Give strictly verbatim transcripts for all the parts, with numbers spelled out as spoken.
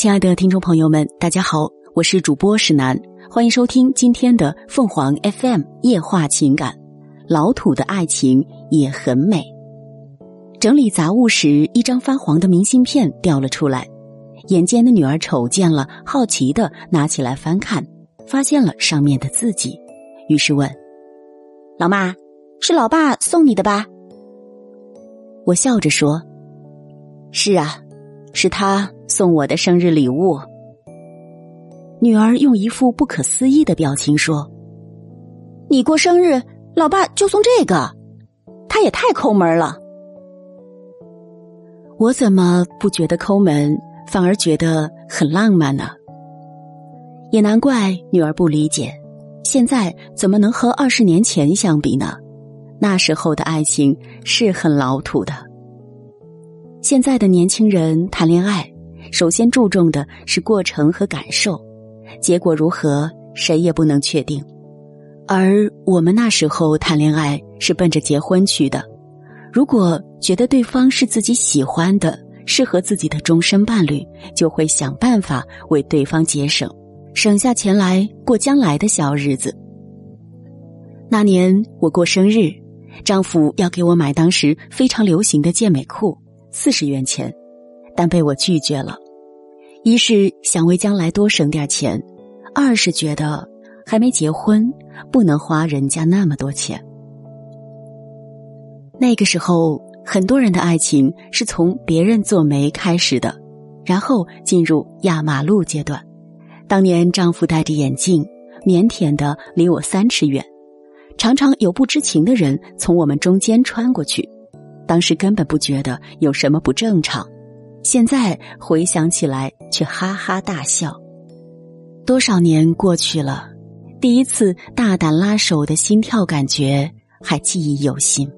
亲爱的听众朋友们，大家好，我是主播史楠，欢迎收听今天的凤凰 F M 夜话情感。老土的爱情也很美。整理杂物时，一张发黄的明信片掉了出来，眼尖的女儿瞅见了，好奇地拿起来翻看，发现了上面的字迹，于是问：老妈，是老爸送你的吧？我笑着说：是啊，是他送我的生日礼物。女儿用一副不可思议的表情说：你过生日，老爸就送这个，他也太抠门了。我怎么不觉得抠门，反而觉得很浪漫呢？也难怪女儿不理解，现在怎么能和二十年前相比呢？那时候的爱情是很老土的。现在的年轻人谈恋爱，首先注重的是过程和感受，结果如何，谁也不能确定。而我们那时候谈恋爱是奔着结婚去的，如果觉得对方是自己喜欢的，适合自己的终身伴侣，就会想办法为对方节省，省下钱来过将来的小日子。那年我过生日，丈夫要给我买当时非常流行的健美裤，四十元钱，但被我拒绝了。一是想为将来多省点钱，二是觉得还没结婚，不能花人家那么多钱。那个时候，很多人的爱情是从别人做媒开始的，然后进入压马路阶段。当年丈夫戴着眼镜，腼腆的离我三尺远，常常有不知情的人从我们中间穿过去，当时根本不觉得有什么不正常，现在回想起来却哈哈大笑。多少年过去了，第一次大胆拉手的心跳感觉还记忆犹新。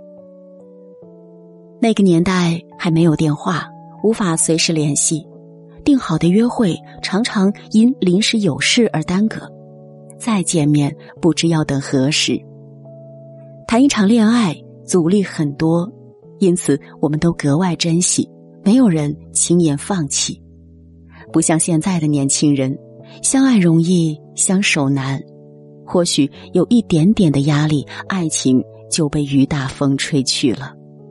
那个年代还没有电话，无法随时联系，定好的约会常常因临时有事而耽搁，再见面不知要等何时。谈一场恋爱阻力很多，因此我们都格外珍惜，没有人轻言放弃。不像现在的年轻人，相爱容易相守难，或许有一点点的压力，爱情就被雨打风吹去了。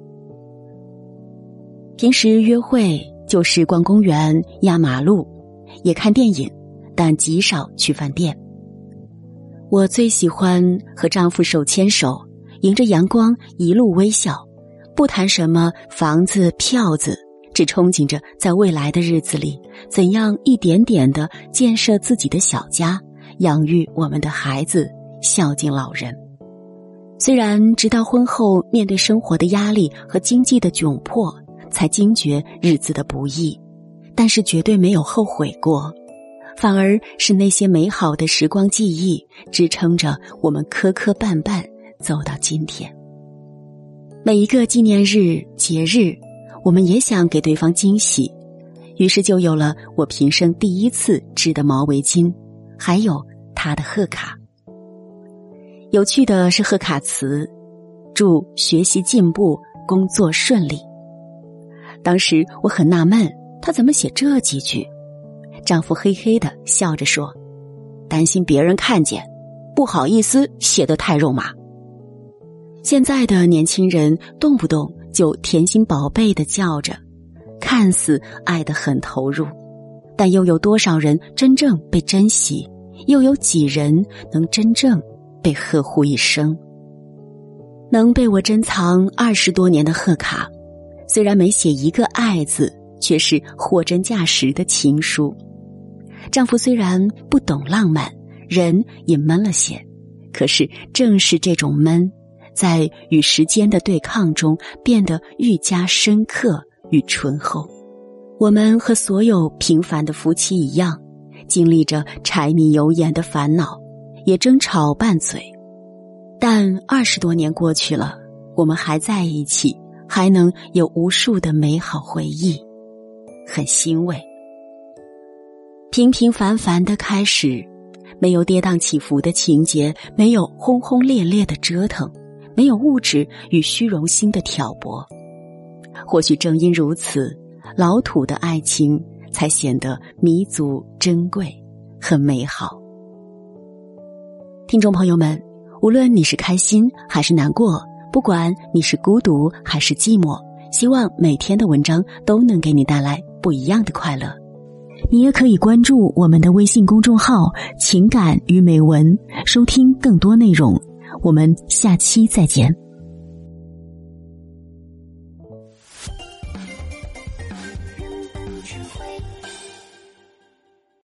平时约会就是逛公园、压马路，也看电影，但极少去饭店。我最喜欢和丈夫手牵手，迎着阳光一路微笑，不谈什么房子、票子，只憧憬着在未来的日子里，怎样一点点地建设自己的小家，养育我们的孩子，孝敬老人。虽然直到婚后面对生活的压力和经济的窘迫，才惊觉日子的不易，但是绝对没有后悔过，反而是那些美好的时光记忆支撑着我们磕磕绊绊走到今天。每一个纪念日、节日，我们也想给对方惊喜，于是就有了我平生第一次织的毛围巾，还有他的贺卡。有趣的是贺卡词：祝学习进步，工作顺利。当时我很纳闷，他怎么写这几句？丈夫嘿嘿地笑着说：担心别人看见，不好意思写得太肉麻。现在的年轻人动不动就甜心宝贝地叫着，看似爱得很投入，但又有多少人真正被珍惜？又有几人能真正被呵护一生？能被我珍藏二十多年的贺卡，虽然没写一个爱字，却是货真价实的情书。丈夫虽然不懂浪漫，人也闷了些，可是正是这种闷，在与时间的对抗中变得愈加深刻与醇厚。我们和所有平凡的夫妻一样，经历着柴米油盐的烦恼，也争吵拌嘴，但二十多年过去了，我们还在一起，还能有无数的美好回忆，很欣慰。平平凡凡的开始，没有跌宕起伏的情节，没有轰轰烈烈的折腾，没有物质与虚荣心的挑拨。或许正因如此，老土的爱情才显得弥足珍贵，很美好。听众朋友们，无论你是开心还是难过，不管你是孤独还是寂寞，希望每天的文章都能给你带来不一样的快乐。你也可以关注我们的微信公众号情感与美文，收听更多内容。我们下期再见。